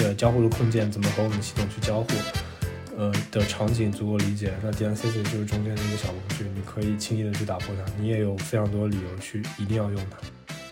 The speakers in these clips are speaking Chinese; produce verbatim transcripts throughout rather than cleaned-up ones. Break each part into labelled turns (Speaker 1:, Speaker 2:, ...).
Speaker 1: 的交互的控件怎么和我们的系统去交互呃的场景足够理解，那 Design System 就是中间的一个小工具，你可以轻易的去打破它，你也有非常多理由去一定要用它。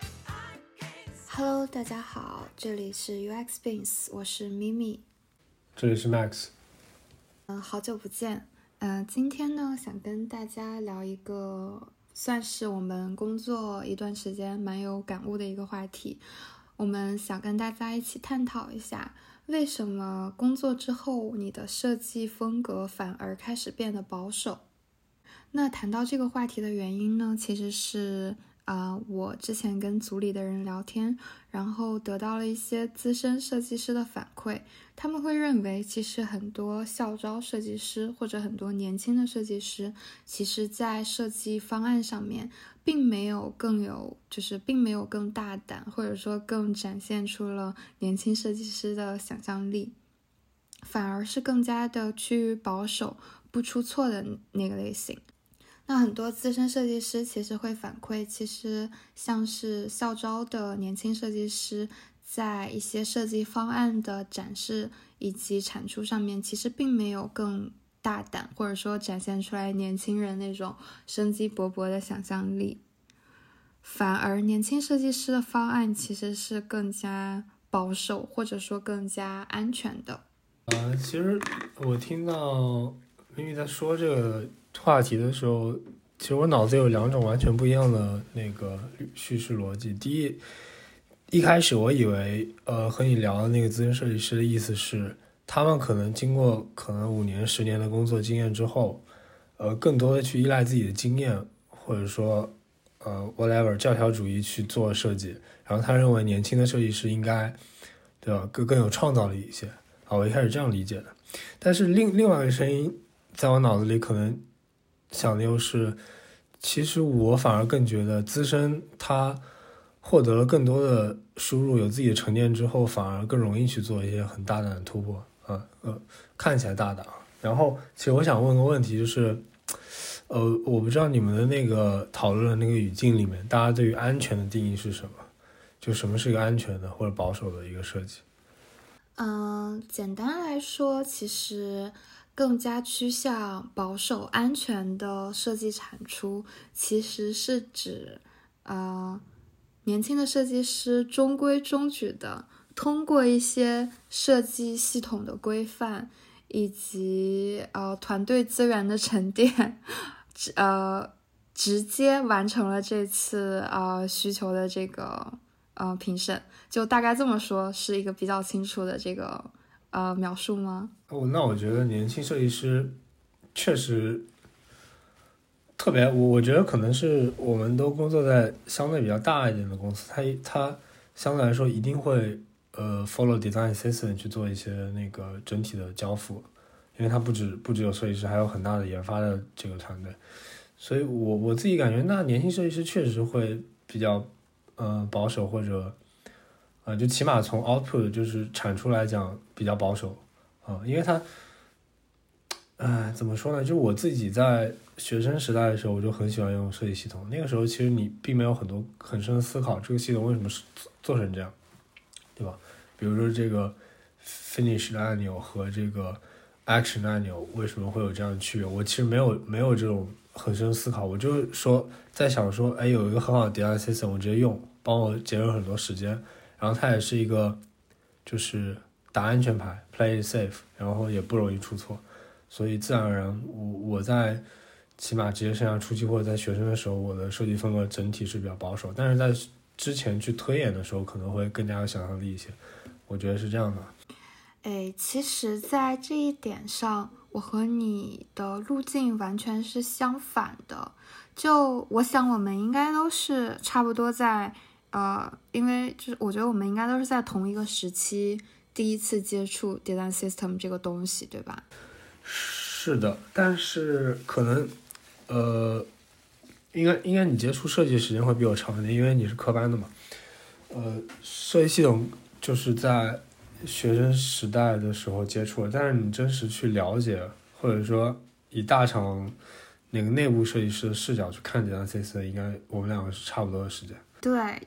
Speaker 2: Hello， 大家好，这里是 U X Beans， 我是咪咪，
Speaker 1: 这里是 Max。
Speaker 2: 嗯、呃，好久不见。嗯、呃，今天呢，想跟大家聊一个算是我们工作一段时间蛮有感悟的一个话题。我们想跟大家一起探讨一下，为什么工作之后你的设计风格反而开始变得保守。那谈到这个话题的原因呢，其实是啊、呃，我之前跟组里的人聊天，然后得到了一些资深设计师的反馈，他们会认为其实很多校招设计师或者很多年轻的设计师，其实在设计方案上面并没有更有就是并没有更大胆，或者说更展现出了年轻设计师的想象力，反而是更加的去保守不出错的那个类型。那很多资深设计师其实会反馈，其实像是校招的年轻设计师在一些设计方案的展示以及产出上面，其实并没有更大胆，或者说展现出来年轻人那种生机勃勃的想象力，反而年轻设计师的方案其实是更加保守，或者说更加安全的。
Speaker 1: 呃，其实我听到咪咪在说这个话题的时候，其实我脑子有两种完全不一样的那个叙事逻辑。第一，一开始我以为呃和你聊的那个资深设计师的意思是，他们可能经过可能五年十年的工作经验之后，呃更多的去依赖自己的经验，或者说呃 whatever 教条主义去做设计，然后他认为年轻的设计师应该对吧更更有创造力一些啊，我一开始这样理解的。但是另另外一个声音在我脑子里可能想的又是，其实我反而更觉得资深他获得了更多的输入，有自己的沉淀之后，反而更容易去做一些很大胆的突破啊，呃，看起来大胆。然后，其实我想问个问题，就是，呃，我不知道你们的那个讨论的那个语境里面，大家对于安全的定义是什么？就什么是一个安全的或者保守的一个设计？
Speaker 2: 嗯，简单来说，其实更加趋向保守安全的设计产出，其实是指呃年轻的设计师中规中矩的通过一些设计系统的规范以及呃团队资源的沉淀，呃直接完成了这次呃需求的这个呃评审。就大概这么说，是一个比较清楚的这个呃描述吗？
Speaker 1: 哦，那我觉得年轻设计师确实特别，我我觉得可能是我们都工作在相对比较大一点的公司，它它相对来说一定会呃 follow design system 去做一些那个整体的交付，因为它不止不只有设计师，还有很大的研发的这个团队，所以我我自己感觉，那年轻设计师确实会比较呃保守，或者呃就起码从 output 就是产出来讲比较保守啊、呃，因为他，哎，怎么说呢？就我自己在学生时代的时候，我就很喜欢用设计系统。那个时候其实你并没有很多很深的思考，这个系统为什么是做成这样，对吧？比如说这个 finish 的按钮和这个 action 的按钮为什么会有这样的区别？我其实没有没有这种很深思考，我就是说在想说，哎，有一个很好的 design system，我直接用，帮我节省很多时间。然后它也是一个就是打安全牌 play it safe， 然后也不容易出错，所以自然而然我我在起码职业生涯初期或者在学生的时候，我的设计风格整体是比较保守，但是在之前去推演的时候可能会更加有想象力一些，我觉得是这样的。
Speaker 2: 哎，其实在这一点上，我和你的路径完全是相反的。就我想我们应该都是差不多在呃，因为就是我觉得我们应该都是在同一个时期第一次接触 design system 这个东西，对吧？
Speaker 1: 是的，但是可能呃，应该应该你接触设计时间会比我长一点，因为你是科班的嘛。呃，设计系统就是在学生时代的时候接触了，但是你真实去了解，或者说以大厂那个内部设计师的视角去看 design system，应该我们两个是差不多的时间。
Speaker 2: 对，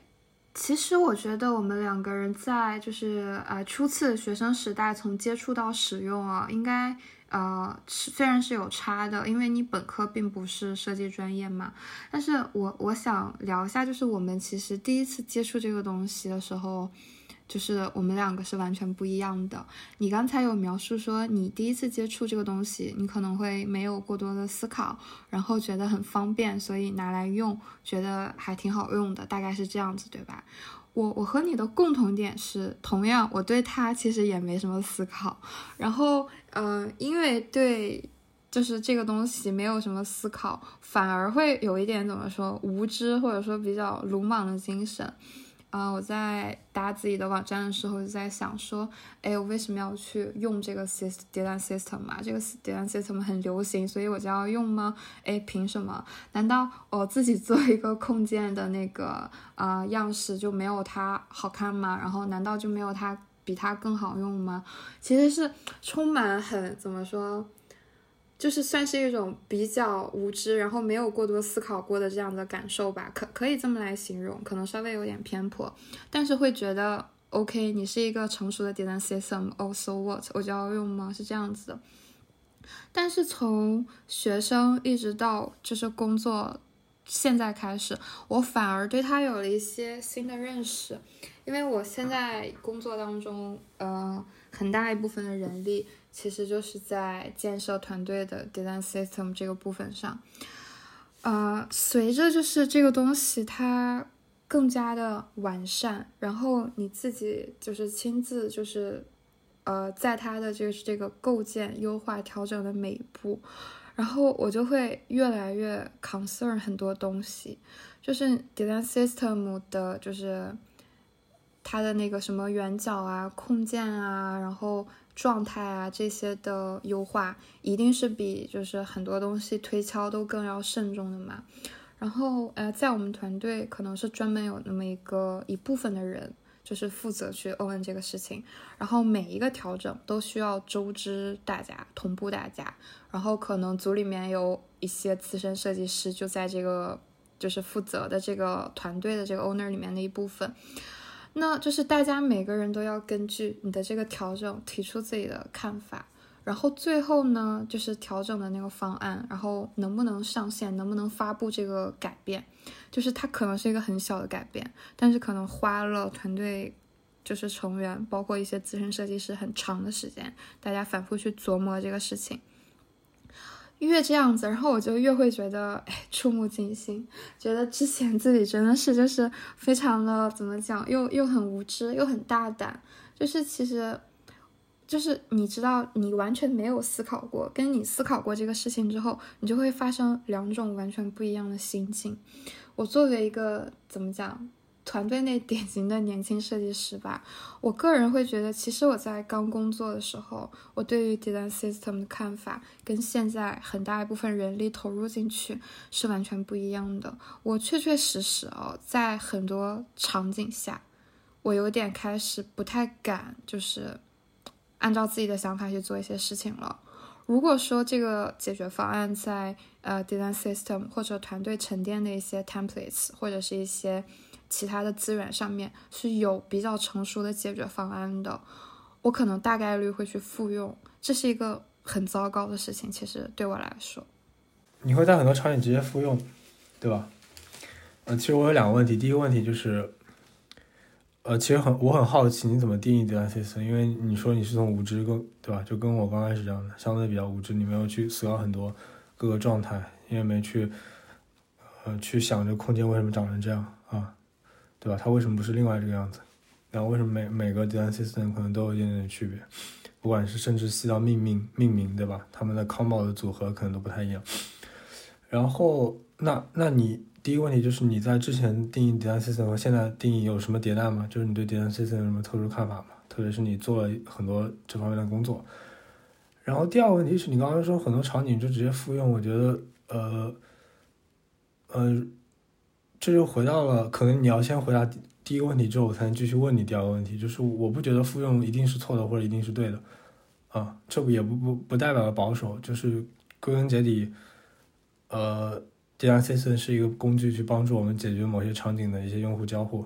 Speaker 2: 其实我觉得我们两个人在就是呃初次学生时代从接触到使用啊，应该呃虽然是有差的，因为你本科并不是设计专业嘛。但是我我想聊一下，就是我们其实第一次接触这个东西的时候，就是我们两个是完全不一样的。你刚才有描述说你第一次接触这个东西，你可能会没有过多的思考，然后觉得很方便，所以拿来用，觉得还挺好用的，大概是这样子，对吧？我我和你的共同点是，同样我对它其实也没什么思考，然后呃，因为对就是这个东西没有什么思考，反而会有一点怎么说无知或者说比较鲁莽的精神。啊、呃，我在搭自己的网站的时候就在想说，哎，我为什么要去用这个 system 叠单 system 嘛？这个叠单 system 很流行，所以我就要用吗？哎，凭什么？难道我自己做一个控件的那个呃样式就没有它好看吗？然后难道就没有它比它更好用吗？其实是充满很怎么说？就是算是一种比较无知，然后没有过多思考过的这样的感受吧，可可以这么来形容，可能稍微有点偏颇，但是会觉得 OK， 你是一个成熟的 design system，oh so what， 我就要用吗？是这样子的。但是从学生一直到就是工作现在开始，我反而对它有了一些新的认识，因为我现在工作当中，呃，很大一部分的人力其实就是在建设团队的 design system 这个部分上。呃，随着就是这个东西它更加的完善，然后你自己就是亲自就是呃，在它的这个这个构建、优化、调整的每一步，然后我就会越来越 concern 很多东西，就是 design system 的，就是它的那个什么圆角啊、控件啊，然后状态啊这些的优化，一定是比就是很多东西推敲都更要慎重的嘛。然后呃，在我们团队可能是专门有那么一个一部分的人，就是负责去 own 这个事情，然后每一个调整都需要周知大家，同步大家，然后可能组里面有一些资深设计师就在这个就是负责的这个团队的这个 owner 里面的一部分，那就是大家每个人都要根据你的这个调整提出自己的看法，然后最后呢就是调整的那个方案，然后能不能上线，能不能发布这个改变，就是它可能是一个很小的改变，但是可能花了团队就是成员包括一些资深设计师很长的时间，大家反复去琢磨这个事情，越这样子，然后我就越会觉得哎，触目惊心，觉得之前自己真的是就是非常的怎么讲，又又很无知又很大胆，就是其实就是你知道你完全没有思考过，跟你思考过这个事情之后，你就会发生两种完全不一样的心境。我作为一个怎么讲团队内典型的年轻设计师吧，我个人会觉得其实我在刚工作的时候，我对于 design system 的看法跟现在很大一部分人力投入进去是完全不一样的。我确确实实哦，在很多场景下我有点开始不太敢就是按照自己的想法去做一些事情了。如果说这个解决方案在呃 design system 或者团队沉淀的一些 templates 或者是一些其他的资源上面是有比较成熟的解决方案的，我可能大概率会去复用，这是一个很糟糕的事情，其实对我来说。
Speaker 1: 你会在很多场景直接复用，对吧？呃，其实我有两个问题，第一个问题就是，呃，其实很我很好奇你怎么定义 design system， 因为你说你是从无知跟对吧，就跟我刚开始这样的，相对比较无知，你没有去思考很多各个状态，因为没去呃去想这个空间为什么长成这样啊。对吧？它为什么不是另外这个样子？然后为什么每每个 design system 可能都有一点点区别？不管是甚至细到命名命名，对吧？他们的 combo 的组合可能都不太一样。然后，那那你第一个问题就是你在之前定义 design system 和现在定义有什么迭代吗？就是你对 design system 有什么特殊看法吗？特别是你做了很多这方面的工作。然后第二个问题是你刚刚说很多场景就直接复用，我觉得呃呃。这就回到了，可能你要先回答第一个问题之后，我才能继续问你第二个问题。就是我不觉得复用一定是错的，或者一定是对的，啊，这不也不不不代表保守，就是归根结底，呃 ，design system 是一个工具，去帮助我们解决某些场景的一些用户交互，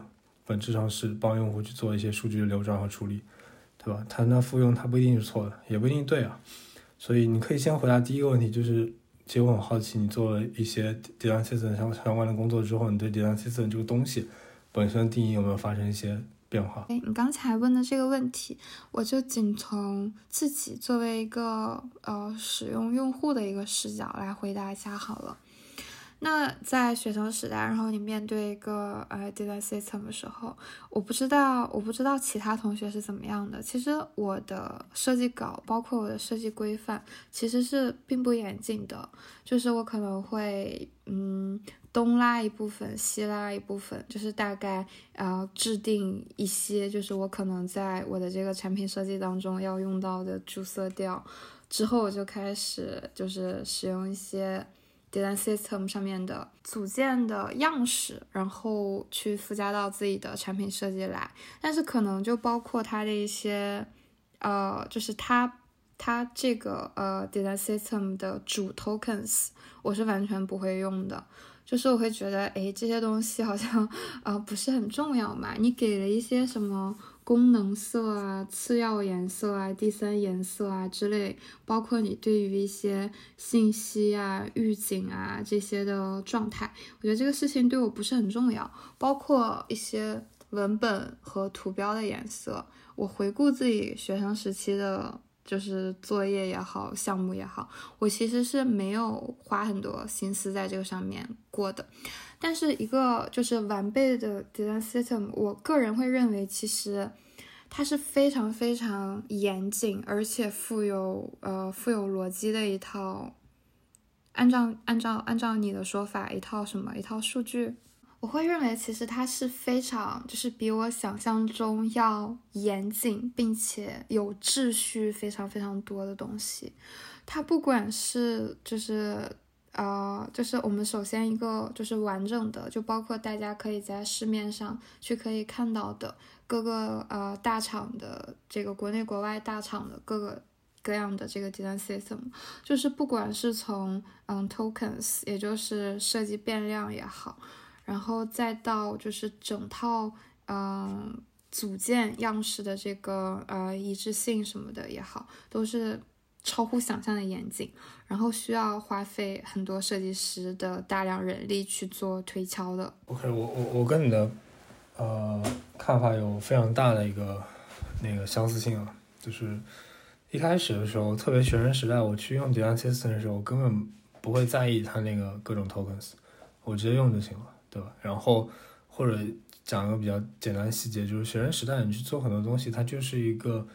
Speaker 1: 本质上是帮用户去做一些数据的流转和处理，对吧？它那复用它不一定是错的，也不一定对啊。所以你可以先回答第一个问题，就是其实我很好奇，你做了一些 design system 相相关的工作之后，你对 design system 这个东西本身定义有没有发生一些变化？
Speaker 2: 哎，你刚才问的这个问题，我就仅从自己作为一个呃使用用户的一个视角来回答一下好了。那在学生时代，然后你面对一个呃 design system 的时候，我不知道我不知道其他同学是怎么样的。其实我的设计稿，包括我的设计规范，其实是并不严谨的，就是我可能会嗯东拉一部分，西拉一部分，就是大概呃制定一些，就是我可能在我的这个产品设计当中要用到的主色调，之后我就开始就是使用一些design system 上面的组件的样式，然后去附加到自己的产品设计来，但是可能就包括它的一些呃，就是它它这个呃 design system 的主 tokens 我是完全不会用的，就是我会觉得诶这些东西好像呃不是很重要嘛，你给了一些什么功能色啊、次要颜色啊、第三颜色啊之类，包括你对于一些信息啊、预警啊这些的状态，我觉得这个事情对我不是很重要。包括一些文本和图标的颜色，我回顾自己学生时期的就是作业也好，项目也好，我其实是没有花很多心思在这个上面过的。但是一个就是完备的 design system， 我个人会认为其实它是非常非常严谨，而且富有呃富有逻辑的一套，按照按照按照你的说法，一套什么一套数据，我会认为其实它是非常就是比我想象中要严谨，并且有秩序非常非常多的东西。它不管是就是呃，就是我们首先一个就是完整的，就包括大家可以在市面上去可以看到的各个呃大厂的这个国内国外大厂的各个各样的这个 design system， 就是不管是从嗯 tokens， 也就是设计变量也好，然后再到就是整套嗯组件样式的这个呃一致性什么的也好，都是超乎想象的严谨，然后需要花费很多设计师的大量人力去做推敲的。
Speaker 1: OK， 我我我跟你的呃看法有非常大的一个那个相似性啊，就是一开始的时候，特别学生时代，我去用 design system 的时候，我根本不会在意它那个各种 tokens， 我直接用就行了，对吧？然后或者讲一个比较简单的细节，就是学生时代你去做很多东西，它就是一个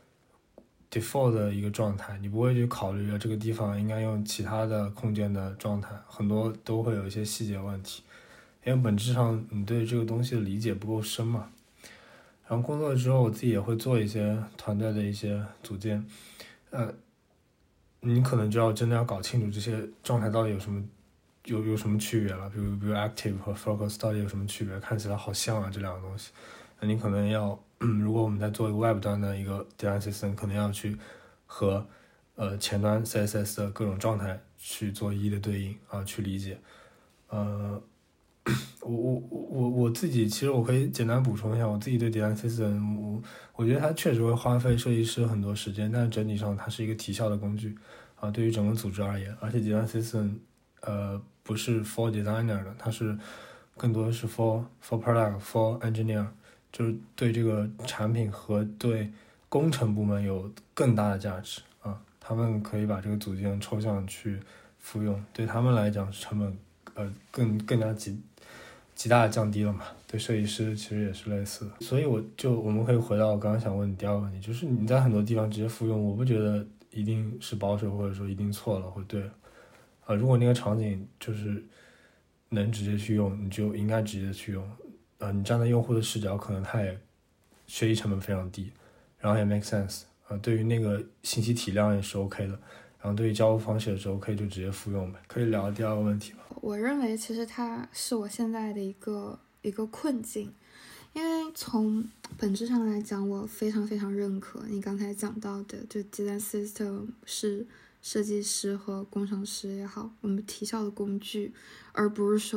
Speaker 1: default 的一个状态，你不会去考虑这个地方应该用其他的空间的状态，很多都会有一些细节问题，因为本质上你对这个东西的理解不够深嘛。然后工作之后，我自己也会做一些团队的一些组件，呃，你可能就要真的要搞清楚这些状态到底有什么有有什么区别了，比如比如 active 和 focus 到底有什么区别，看起来好像啊这两个东西，那你可能要。嗯，如果我们在做一个 Web 端的一个 design system， 可能要去和呃前端 C S S 的各种状态去做一一的对应啊，去理解。呃，我我我我自己其实我可以简单补充一下，我自己对 design system， 我我觉得它确实会花费设计师很多时间，但是整体上它是一个提效的工具啊，对于整个组织而言，而且 design system 呃不是 for designer 的，它是更多的是 for for product for engineer。就是对这个产品和对工程部门有更大的价值啊，他们可以把这个组件抽象去复用，对他们来讲成本呃更更加极极大的降低了嘛。对设计师其实也是类似的，所以我就我们可以回到我刚刚想问你第二个问题，就是你在很多地方直接复用，我不觉得一定是保守或者说一定错了或对了啊。如果那个场景就是能直接去用，你就应该直接去用。呃，你站在用户的视角，可能它也学习成本非常低，然后也 make sense， 呃，对于那个信息体量也是 OK 的，然后对于交互方式也是 OK， 就直接复用呗。可以聊第二个问题吗？
Speaker 2: 我认为其实它是我现在的一个一个困境，因为从本质上来讲，我非常非常认可你刚才讲到的，就 design system 是设计师和工程师也好，我们提效的工具，而不是说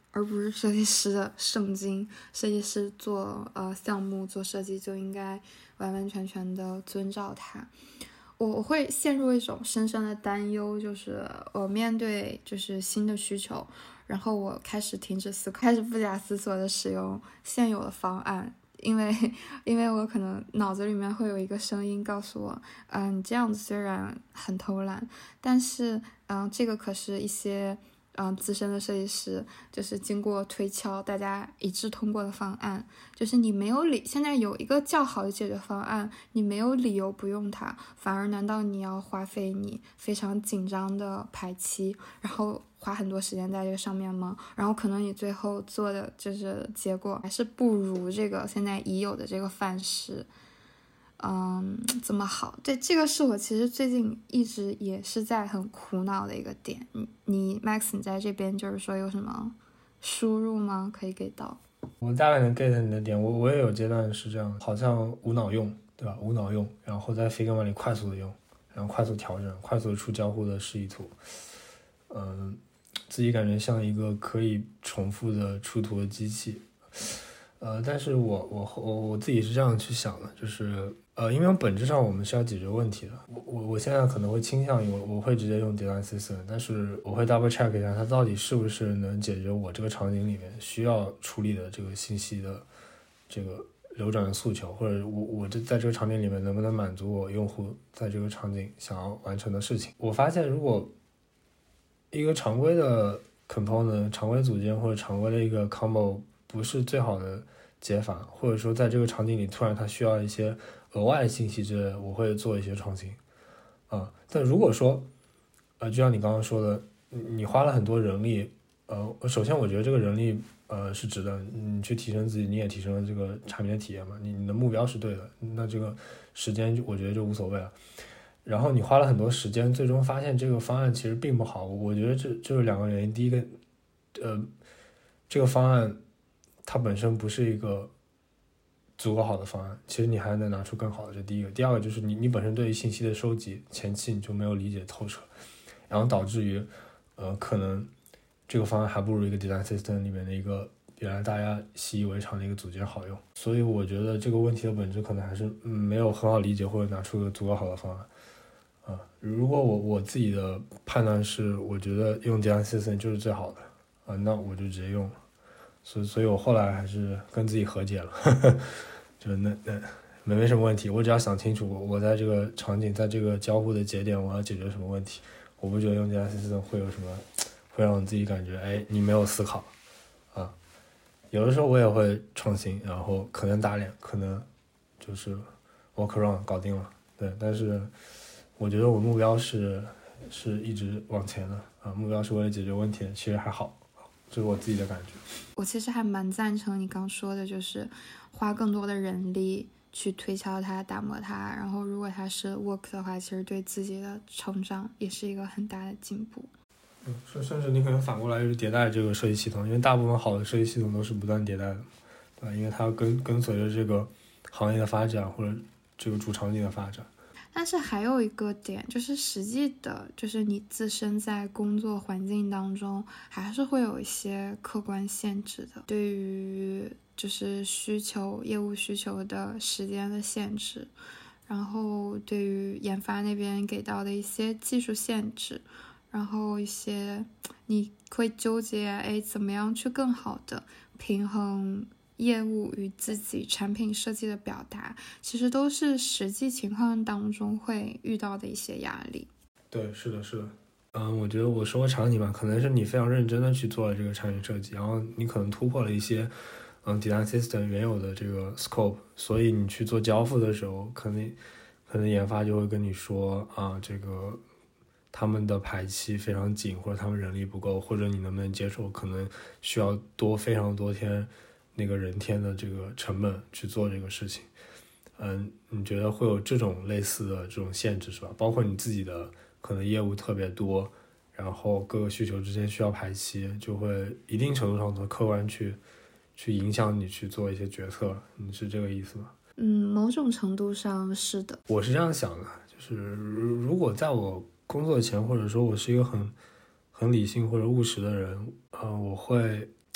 Speaker 2: 而不是设计师的圣经。设计师做呃项目做设计就应该完完全全的遵照它。我我会陷入一种深深的担忧，就是我面对就是新的需求，然后我开始停止思考，开始不假思索的使用现有的方案，因为因为我可能脑子里面会有一个声音告诉我，嗯、呃，你这样子虽然很偷懒，但是嗯、呃，这个可是一些嗯资深的设计师就是经过推敲大家一致通过的方案，就是你没有理现在有一个较好的解决方案，你没有理由不用它，反而难道你要花费你非常紧张的排期，然后花很多时间在这个上面吗？然后可能你最后做的就是结果还是不如这个现在已有的这个范式嗯，这么好。对，这个是我其实最近一直也是在很苦恼的一个点。你你 Max 你在这边就是说有什么输入吗？可以给到？
Speaker 1: 我大概能 get 你的点，我我也有阶段是这样，好像无脑用，对吧？无脑用，然后在 Figma 里快速的用，然后快速调整，快速出交互的示意图，嗯，自己感觉像一个可以重复的出图的机器。呃，但是我我我我自己是这样去想的，就是呃，因为本质上我们是要解决问题的。我我我现在可能会倾向于我我会直接用 Design System， 但是我会 double check 一下它到底是不是能解决我这个场景里面需要处理的这个信息的这个流转的诉求，或者我我这在这个场景里面能不能满足我用户在这个场景想要完成的事情。我发现如果一个常规的 component 常规组件或者常规的一个 combo 不是最好的解法，或者说在这个场景里突然它需要一些额外信息之类的，我会做一些创新啊。但如果说呃，就像你刚刚说的，你花了很多人力，呃，首先我觉得这个人力呃是值得，你去提升自己，你也提升了这个产品的体验嘛，你你的目标是对的，那这个时间就我觉得就无所谓了。然后你花了很多时间，最终发现这个方案其实并不好，我觉得这就是两个原因。第一个，呃，这个方案它本身不是一个足够好的方案，其实你还能拿出更好的，这第一个。第二个就是你你本身对于信息的收集前期你就没有理解透彻，然后导致于呃可能这个方案还不如一个 design system 里面的一个原来大家习以为常的一个组件好用。所以我觉得这个问题的本质可能还是、嗯、没有很好理解或者拿出一个足够好的方案。啊，如果我我自己的判断是，我觉得用 Design System 就是最好的啊，那我就直接用了。所以，所以我后来还是跟自己和解了，呵呵就那那没没什么问题。我只要想清楚，我我在这个场景，在这个交互的节点，我要解决什么问题。我不觉得用 Design System 会有什么，会让我自己感觉，哎，你没有思考啊。有的时候我也会创新，然后可能打脸，可能就是 work around 搞定了，对，但是。我觉得我目标是是一直往前的啊，目标是为了解决问题的，其实还好，这是我自己的感觉。
Speaker 2: 我其实还蛮赞成你刚说的，就是花更多的人力去推敲它、打磨它，然后如果它是 work 的话，其实对自己的成长也是一个很大的进步。
Speaker 1: 嗯，甚至你可能反过来就是迭代这个设计系统，因为大部分好的设计系统都是不断迭代的，对吧？因为它要跟跟随着这个行业的发展或者这个主场景的发展。
Speaker 2: 但是还有一个点，就是实际的，就是你自身在工作环境当中，还是会有一些客观限制的。对于就是需求、业务需求的时间的限制，然后对于研发那边给到的一些技术限制，然后一些你会纠结，哎，怎么样去更好的平衡业务与自己产品设计的表达，其实都是实际情况当中会遇到的一些压力。
Speaker 1: 对，是的，是的。嗯，我觉得我说个场景吧，可能是你非常认真的去做了这个产品设计，然后你可能突破了一些嗯 design system 原有的这个 scope， 所以你去做交付的时候，可能可能研发就会跟你说啊，这个他们的排期非常紧，或者他们人力不够，或者你能不能接受可能需要多非常多天那个人天的这个成本去做这个事情。嗯，你觉得会有这种类似的这种限制是吧？包括你自己的可能业务特别多，然后各个需求之间需要排期，就会一定程度上的客观去去影响你去做一些决策，你是这个意思吗？
Speaker 2: 嗯，某种程度上是的。
Speaker 1: 我是这样想的，就是如果在我工作前，或者说我是一个很很理性或者务实的人，呃，我会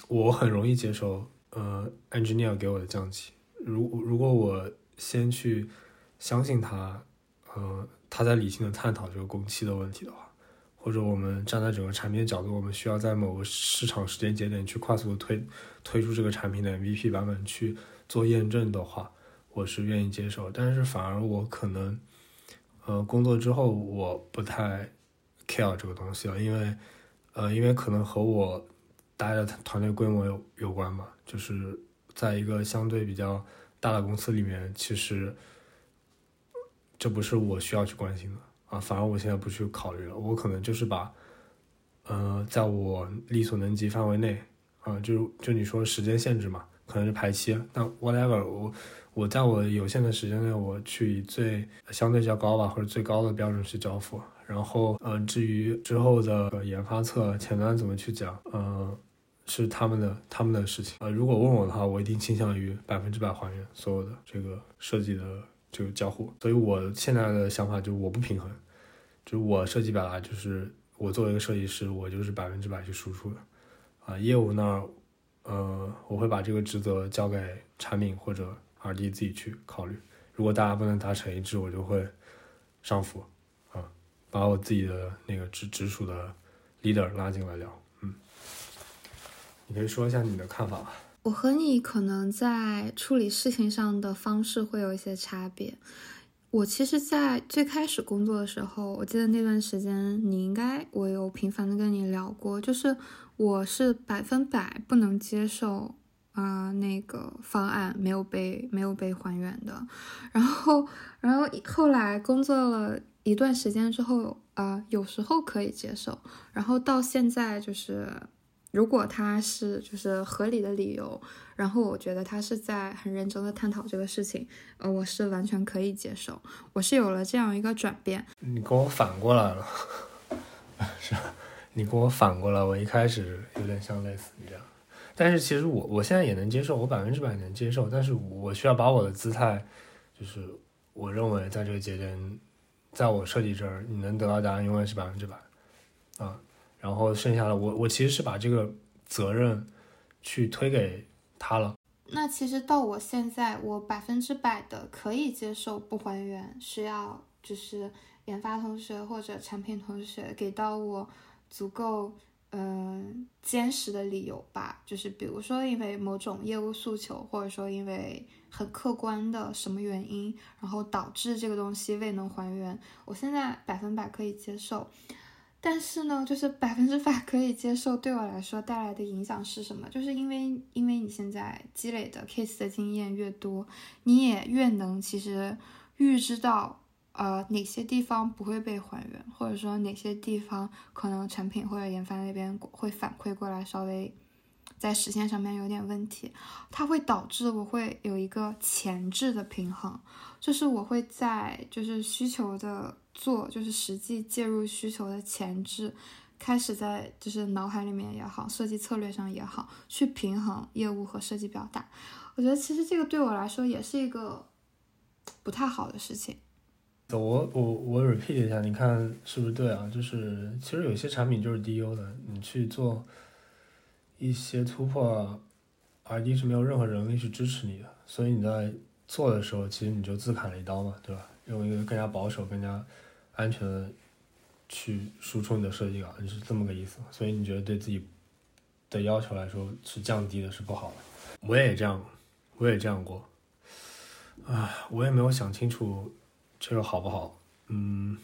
Speaker 1: 我很容易接受呃 engineer 给我的降级。如如果我先去相信他，呃，他在理性的探讨这个工期的问题的话，或者我们站在整个产品的角度，我们需要在某个市场时间节点去快速的推推出这个产品的 M V P 版本去做验证的话，我是愿意接受。但是反而我可能呃工作之后我不太 care 这个东西了，因为呃因为可能和我待的团队规模有有关吧，就是在一个相对比较大的公司里面，其实这不是我需要去关心的啊，反而我现在不去考虑了，我可能就是把呃在我力所能及范围内啊，就就你说时间限制嘛，可能是排期，但 whatever， 我我在我有限的时间内，我去以最相对较高吧或者最高的标准去交付。然后呃至于之后的研发侧前端怎么去讲，呃是他们的他们的事情。呃如果问我的话，我一定倾向于百分之百还原所有的这个设计的这个交互。所以我现在的想法就是我不平衡，就是我设计表达就是我作为一个设计师，我就是百分之百去输出的啊、呃。业务那儿呃我会把这个职责交给产品或者 R D 自己去考虑。如果大家不能达成一致，我就会上浮啊，把我自己的那个直直属的 leader 拉进来聊。嗯，你可以说一下你的看法吧。
Speaker 2: 我和你可能在处理事情上的方式会有一些差别。我其实在最开始工作的时候，我记得那段时间你应该我有频繁的跟你聊过，就是我是百分百不能接受啊、呃、那个方案没有被没有被还原的。然后然后后来工作了一段时间之后啊、呃、有时候可以接受，然后到现在就是如果他是就是合理的理由，然后我觉得他是在很认真的探讨这个事情，呃，我是完全可以接受。我是有了这样一个转变。
Speaker 1: 你跟我反过来了，是吧？你跟我反过来，我一开始有点像类似你这样，但是其实我我现在也能接受，我百分之百能接受，但是我需要把我的姿态，就是我认为在这个节点，在我设计这儿，你能得到答案永远是百分之百啊。然后剩下的我我其实是把这个责任去推给他了。
Speaker 2: 那其实到我现在，我百分之百的可以接受不还原，需要就是研发同学或者产品同学给到我足够嗯、呃、坚实的理由吧，就是比如说因为某种业务诉求，或者说因为很客观的什么原因，然后导致这个东西未能还原，我现在百分百可以接受。但是呢，就是百分之百可以接受，对我来说带来的影响是什么？就是因为因为你现在积累的 case 的经验越多，你也越能其实预知到呃哪些地方不会被还原，或者说哪些地方可能产品或者研发那边会反馈过来稍微在实现上面有点问题，它会导致我会有一个前置的平衡，就是我会在就是需求的做就是实际介入需求的前置，开始在就是脑海里面也好，设计策略上也好，去平衡业务和设计表达。我觉得其实这个对我来说也是一个不太好的事情。
Speaker 1: 我我我 repeat 一下，你看是不是对啊？就是其实有些产品就是 D U 的，你去做一些突破 ，R D 是没有任何人力去支持你的，所以你在做的时候，其实你就自砍了一刀嘛，对吧？用一个更加保守、更加安全的去输出你的设计稿，你是这么个意思。所以你觉得对自己的要求来说是降低的，是不好的。我也这样，我也这样过，啊，我也没有想清楚这个好不好，嗯，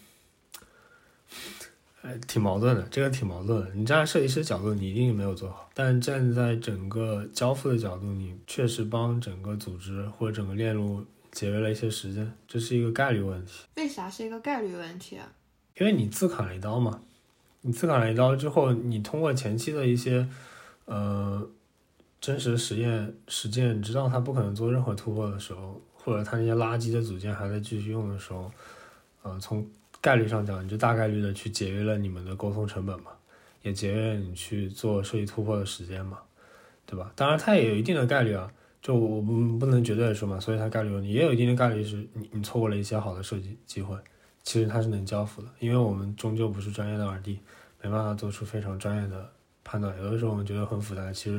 Speaker 1: 哎，挺矛盾的，这个挺矛盾的。你站在设计师角度，你一定没有做好，但站在整个交付的角度，你确实帮整个组织或者整个链路节约了一些时间，这是一个概率问题。
Speaker 2: 为啥是一个概率问题啊？
Speaker 1: 因为你自砍了一刀嘛，你自砍了一刀之后，你通过前期的一些呃真实实验实践，你知道它不可能做任何突破的时候，或者它那些垃圾的组件还在继续用的时候，呃，从概率上讲，你就大概率的去节约了你们的沟通成本嘛，也节约了你去做设计突破的时间嘛，对吧？当然它也有一定的概率啊，就我不不能绝对的说嘛，所以它概率问题也有一定的概率是你你错过了一些好的设计机会，其实它是能交付的，因为我们终究不是专业的 R D， 没办法做出非常专业的判断，有的时候我们觉得很复杂，其实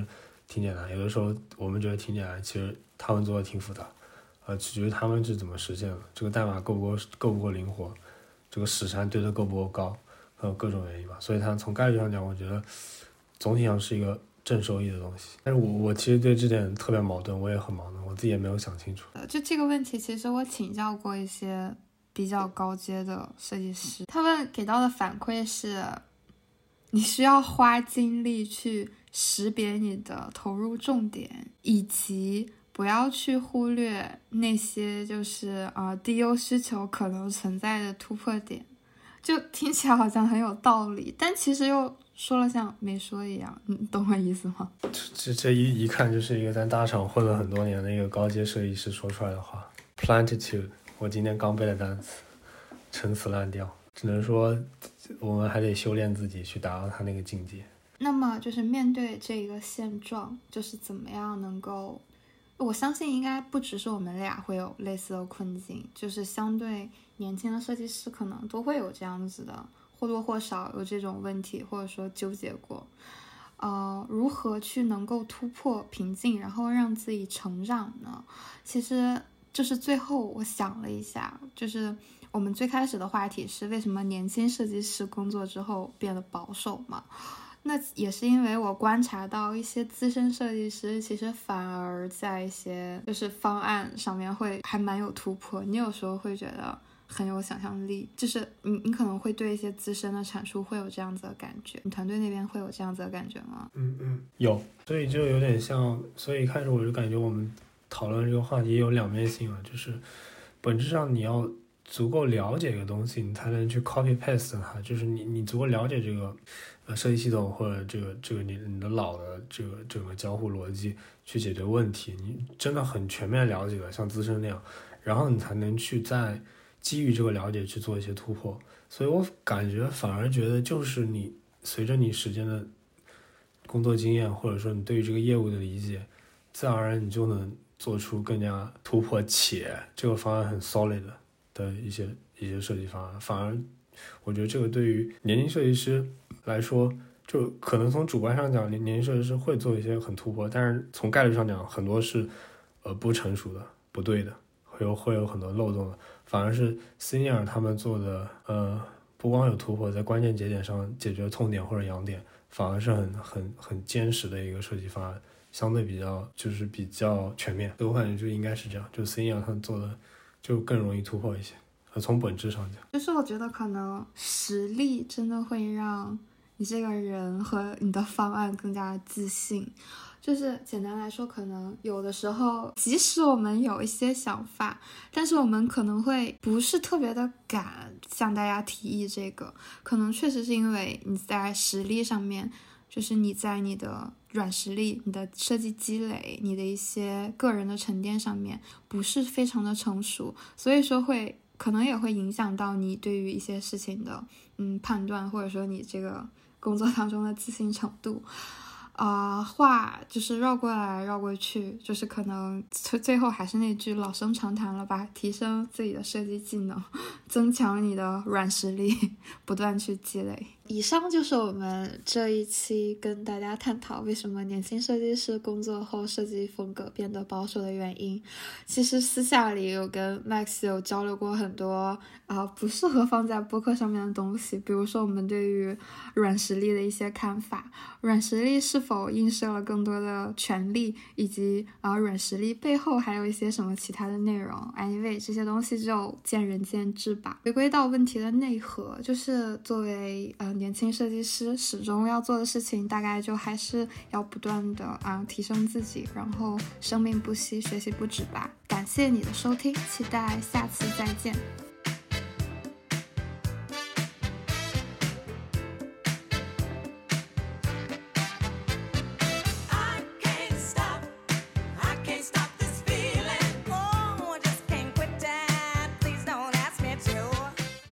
Speaker 1: 挺简单，有的时候我们觉得挺简单，其实他们做的挺复杂，呃，取决于他们是怎么实现的，这个代码够不够够不够灵活，这个时长对的够不够高，还有各种原因吧。所以它从概率上讲，我觉得总体上是一个正收益的东西。但是我我其实对这点特别矛盾，我也很矛盾，我自己也没有想清楚。
Speaker 2: 就这个问题，其实我请教过一些比较高阶的设计师，他们给到的反馈是，你需要花精力去识别你的投入重点，以及不要去忽略那些就是呃低优需求可能存在的突破点。就听起来好像很有道理，但其实又说了像没说一样，你懂我意思吗？
Speaker 1: 这这一一看就是一个在大厂混了很多年的一个高阶设计师说出来的话。Plentitude， 我今天刚背的单词，陈词滥调，只能说我们还得修炼自己去达到他那个境界。
Speaker 2: 那么就是面对这个现状，就是怎么样能够，我相信应该不只是我们俩会有类似的困境，就是相对年轻的设计师可能都会有这样子的，或多或少有这种问题，或者说纠结过。呃，如何去能够突破瓶颈，然后让自己成长呢？其实就是最后我想了一下，就是我们最开始的话题是为什么年轻设计师工作之后变得保守嘛？那也是因为我观察到一些资深设计师其实反而在一些就是方案上面会还蛮有突破，你有时候会觉得很有想象力，就是你你可能会对一些资深的产出会有这样子的感觉，你团队那边会有这样子的感觉吗？
Speaker 1: 嗯嗯，有，所以就有点像，所以一开始我就感觉我们讨论这个话题有两面性了，就是本质上你要足够了解一个东西，你才能去 copy paste 它，就是你你足够了解这个呃设计系统或者这个这个你你的老的这个整个交互逻辑去解决问题，你真的很全面了解了，像资深那样，然后你才能去在基于这个了解去做一些突破。所以我感觉反而觉得就是你随着你时间的工作经验，或者说你对于这个业务的理解，自然而然你就能做出更加突破且这个方案很 solid 的一些一些设计方案。反而我觉得这个对于年轻设计师来说，就可能从主观上讲年轻设计师会做一些很突破，但是从概率上讲很多是呃不成熟的不对的，会有会有很多漏洞的。反而是 senior 他们做的呃不光有突破，在关键节点上解决痛点或者痒点，反而是很很很坚实的一个设计方案，相对比较就是比较全面。所以我感觉就应该是这样，就 senior 他们做的就更容易突破一些。呃，从本质上讲，
Speaker 2: 就是我觉得可能实力真的会让你这个人和你的方案更加自信。就是简单来说，可能有的时候即使我们有一些想法，但是我们可能会不是特别的敢向大家提议这个，可能确实是因为你在实力上面，就是你在你的软实力、你的设计积累、你的一些个人的沉淀上面不是非常的成熟，所以说会可能也会影响到你对于一些事情的嗯判断，或者说你这个工作当中的自信程度。啊、呃，话就是绕过来绕过去，就是可能最后还是那句老生常谈了吧，提升自己的设计技能，增强你的软实力，不断去积累。以上就是我们这一期跟大家探讨为什么年轻设计师工作后设计风格变得保守的原因。其实私下里有跟 Max 有交流过很多啊、呃、不适合放在播客上面的东西，比如说我们对于软实力的一些看法，软实力是否映射了更多的权利，以及啊、呃、软实力背后还有一些什么其他的内容。Anyway， 这些东西就见仁见智吧。回归到问题的内核，就是作为呃年轻设计师始终要做的事情，大概就还是要不断的啊提升自己，然后生命不息，学习不止吧。感谢你的收听，期待下次再见。